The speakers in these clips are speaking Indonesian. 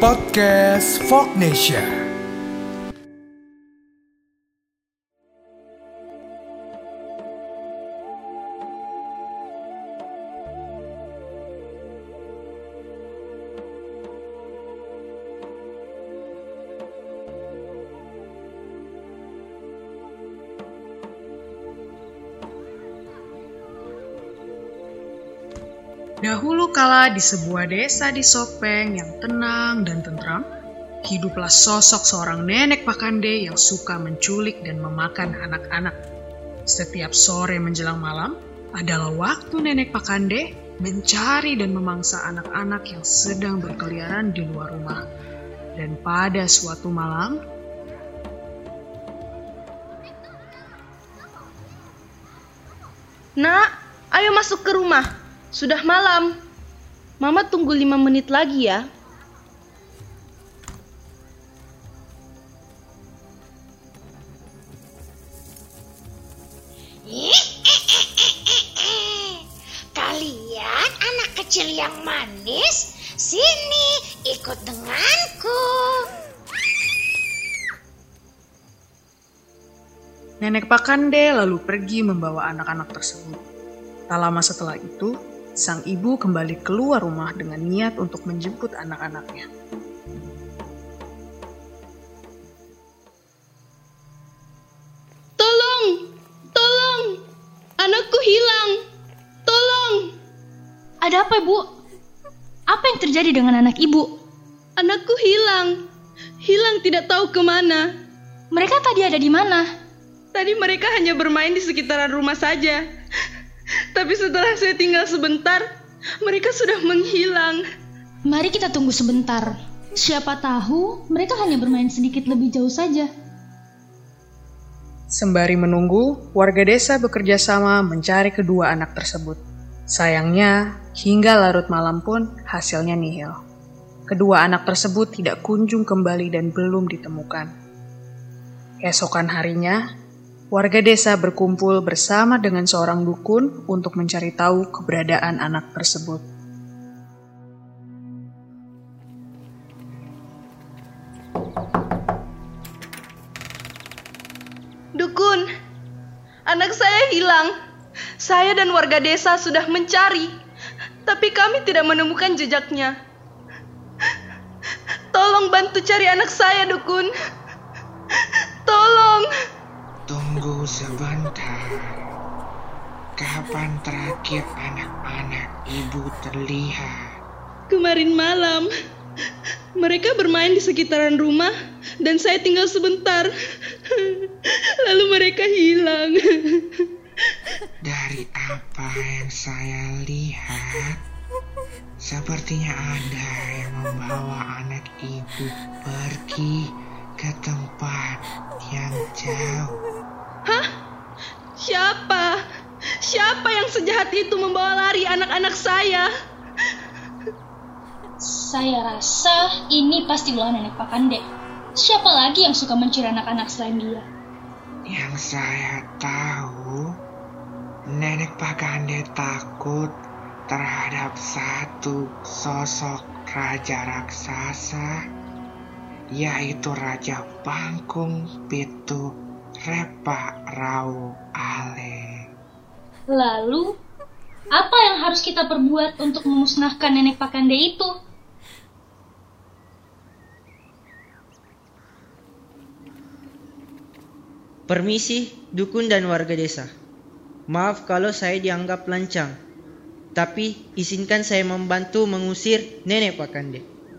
Podcast Folk Nation. Dahulu kala di sebuah desa di Sopeng yang tenang dan tentram, hiduplah sosok seorang nenek pakande yang suka menculik dan memakan anak-anak. Setiap sore menjelang malam adalah waktu nenek pakande mencari dan memangsa anak-anak yang sedang berkeliaran di luar rumah. Dan pada suatu malam, Nak, ayo masuk ke rumah. Sudah malam. Mama tunggu 5 menit lagi ya. Kalian anak kecil yang manis, sini ikut denganku. nenek pakande lalu pergi membawa anak-anak tersebut. Tak lama setelah itu, sang ibu kembali keluar rumah dengan niat untuk menjemput anak-anaknya. Tolong, anakku hilang. Tolong. Ada apa, Bu? Apa yang terjadi dengan anak Ibu? Anakku hilang tidak tahu kemana. Mereka tadi ada di mana? Tadi mereka hanya bermain di sekitaran rumah saja. Tapi setelah saya tinggal sebentar, mereka sudah menghilang. Mari kita tunggu sebentar. Siapa tahu mereka hanya bermain sedikit lebih jauh saja. Sembari menunggu, warga desa bekerja sama mencari kedua anak tersebut. Sayangnya, hingga larut malam pun hasilnya nihil. Kedua anak tersebut tidak kunjung kembali dan belum ditemukan. Keesokan harinya, warga desa berkumpul bersama dengan seorang dukun untuk mencari tahu keberadaan anak tersebut. Dukun, anak saya hilang. Saya dan warga desa sudah mencari, tapi kami tidak menemukan jejaknya. Tolong bantu cari anak saya, Dukun. Tolong. Tunggu sebentar. Kapan terakhir anak-anak Ibu terlihat? Kemarin malam, mereka bermain di sekitaran rumah dan saya tinggal sebentar. Lalu mereka hilang. Dari apa yang saya lihat, sepertinya ada yang membawa anak Ibu pergi ke tempat yang jauh. Hah? Siapa? Siapa yang sejahat itu membawa lari anak-anak saya? Saya rasa ini pasti ulah nenek pakande. Siapa lagi yang suka mencuri anak-anak selain dia? Yang saya tahu, nenek pakande takut terhadap satu sosok raja raksasa, yaitu Raja Bangkung Pitu Repa Rau Ale. Lalu, apa yang harus kita perbuat untuk memusnahkan nenek pakande itu? Permisi, dukun dan warga desa. Maaf kalau saya dianggap lancang, tapi izinkan saya membantu mengusir nenek pakande.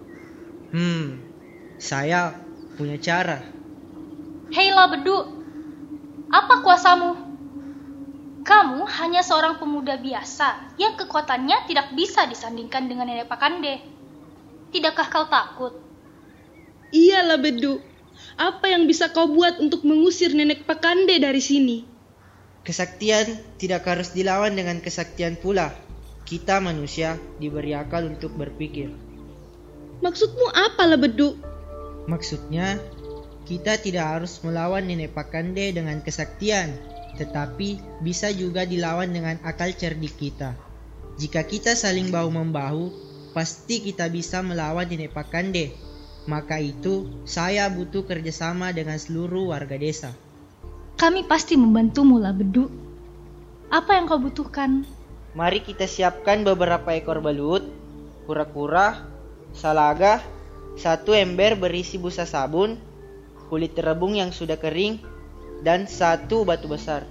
Saya punya cara. Hei Labedu, apa kuasamu? Kamu hanya seorang pemuda biasa yang kekuatannya tidak bisa disandingkan dengan nenek pakande. Tidakkah kau takut? Iyalah Bedu. Apa yang bisa kau buat untuk mengusir nenek pakande dari sini? Kesaktian tidak harus dilawan dengan kesaktian pula. Kita manusia diberi akal untuk berpikir. Maksudmu apa Bedu? Maksudnya, kita tidak harus melawan nenek pakande dengan kesaktian, tetapi bisa juga dilawan dengan akal cerdik kita. Jika kita saling bahu-membahu, pasti kita bisa melawan nenek pakande. Maka itu, saya butuh kerjasama dengan seluruh warga desa. Kami pasti membantumu, Labedu. Apa yang kau butuhkan? Mari kita siapkan beberapa ekor belut, kura-kura, salaga, 1 ember berisi busa sabun, kulit rebung yang sudah kering, dan 1 batu besar.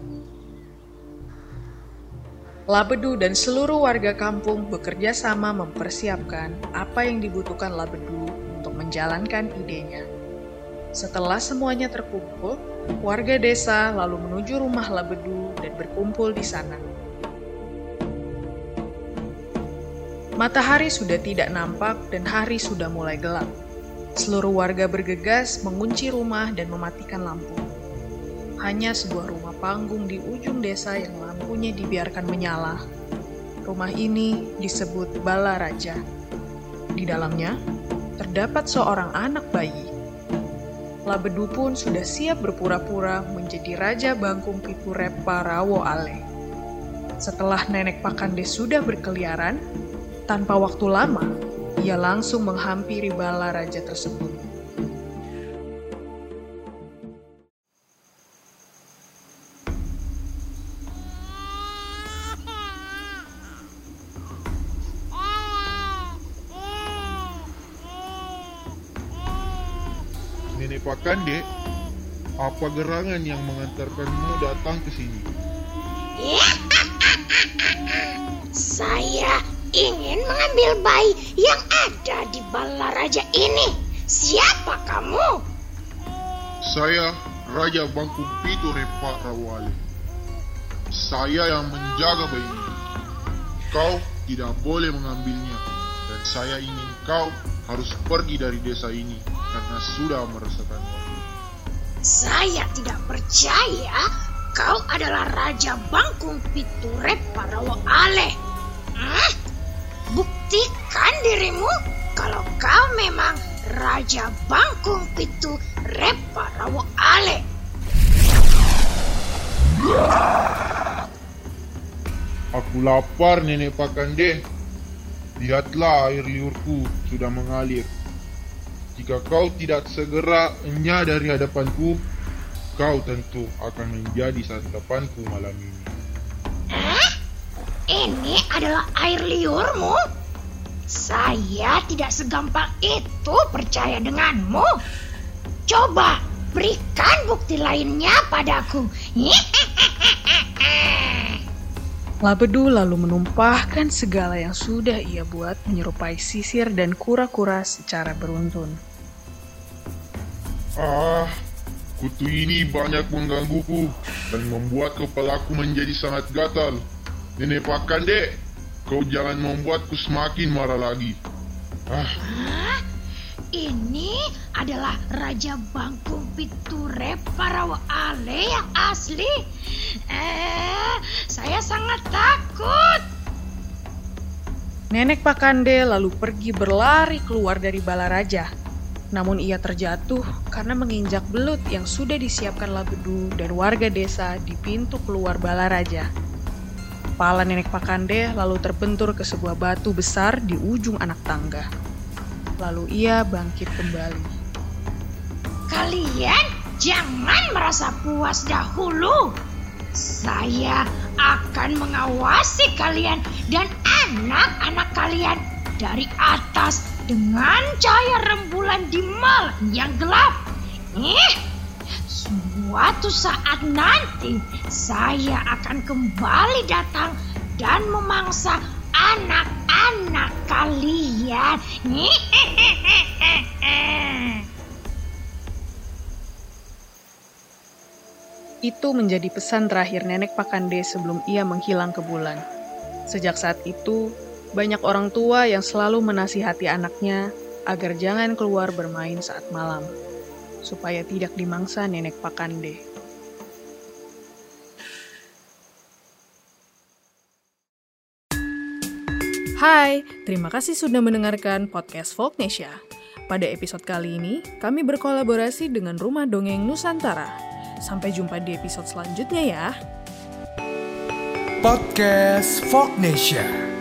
Labedu dan seluruh warga kampung bekerja sama mempersiapkan apa yang dibutuhkan Labedu untuk menjalankan idenya. Setelah semuanya terkumpul, warga desa lalu menuju rumah Labedu dan berkumpul di sana. Matahari sudah tidak nampak dan hari sudah mulai gelap. Seluruh warga bergegas mengunci rumah dan mematikan lampu. Hanya sebuah rumah panggung di ujung desa yang lampunya dibiarkan menyala. Rumah ini disebut Bala Raja. Di dalamnya terdapat seorang anak bayi. Labedu pun sudah siap berpura-pura menjadi Raja Bangkung Pitu Repa Rawo Ale. Setelah Nenek Pakande sudah berkeliaran, tanpa waktu lama, ia langsung menghampiri Bala Raja tersebut. Nenek Pakande, apa gerangan yang mengantarkanmu datang ke sini? Saya ingin mengambil bayi yang ada di Bala Raja ini. Siapa kamu? Saya Raja Bangkung Pitu Repa Rawo Ale. Saya yang menjaga bayi ini. Kau tidak boleh mengambilnya, dan saya ingin kau harus pergi dari desa ini karena sudah meresahkan warga. Saya tidak percaya kau adalah Raja Bangkung Pitu Repa Rawo Ale. Buktikan dirimu kalau kau memang Raja Bangkung Pitu Repa Rawo Ale. Aku lapar, Nenek Pakande. Lihatlah air liurku sudah mengalir. Jika kau tidak segera enyah dari hadapanku, kau tentu akan menjadi santapanku malam ini. Ini adalah air liurmu? Saya tidak segampang itu percaya denganmu. Coba berikan bukti lainnya padaku. Labedu lalu menumpahkan segala yang sudah ia buat menyerupai sisir dan kura-kura secara beruntun. Kutu ini banyak menggangguku dan membuat kepalaku menjadi sangat gatal. Nenek Pakande, kau jangan membuatku semakin marah lagi. Ini adalah Raja Bangkung Pitu Repa Rawo Ale yang asli. Saya sangat takut. Nenek Pakande lalu pergi berlari keluar dari Bala Raja. Namun ia terjatuh karena menginjak belut yang sudah disiapkan Labedu dan warga desa di pintu keluar Bala Raja. Kepala Nenek Pakande lalu terbentur ke sebuah batu besar di ujung anak tangga. Lalu ia bangkit kembali. Kalian jangan merasa puas dahulu. Saya akan mengawasi kalian dan anak-anak kalian dari atas dengan cahaya rembulan di malam yang gelap. Suatu saat nanti saya akan kembali datang dan memangsa anak-anak kalian. Itu menjadi pesan terakhir Nenek Pakande sebelum ia menghilang ke bulan. Sejak saat itu, banyak orang tua yang selalu menasihati anaknya agar jangan keluar bermain saat malam, supaya tidak dimangsa Nenek Pakande. Hai, terima kasih sudah mendengarkan podcast Folknesia. Pada episode kali ini, kami berkolaborasi dengan Rumah Dongeng Nusantara. Sampai jumpa di episode selanjutnya ya. Podcast Folknesia.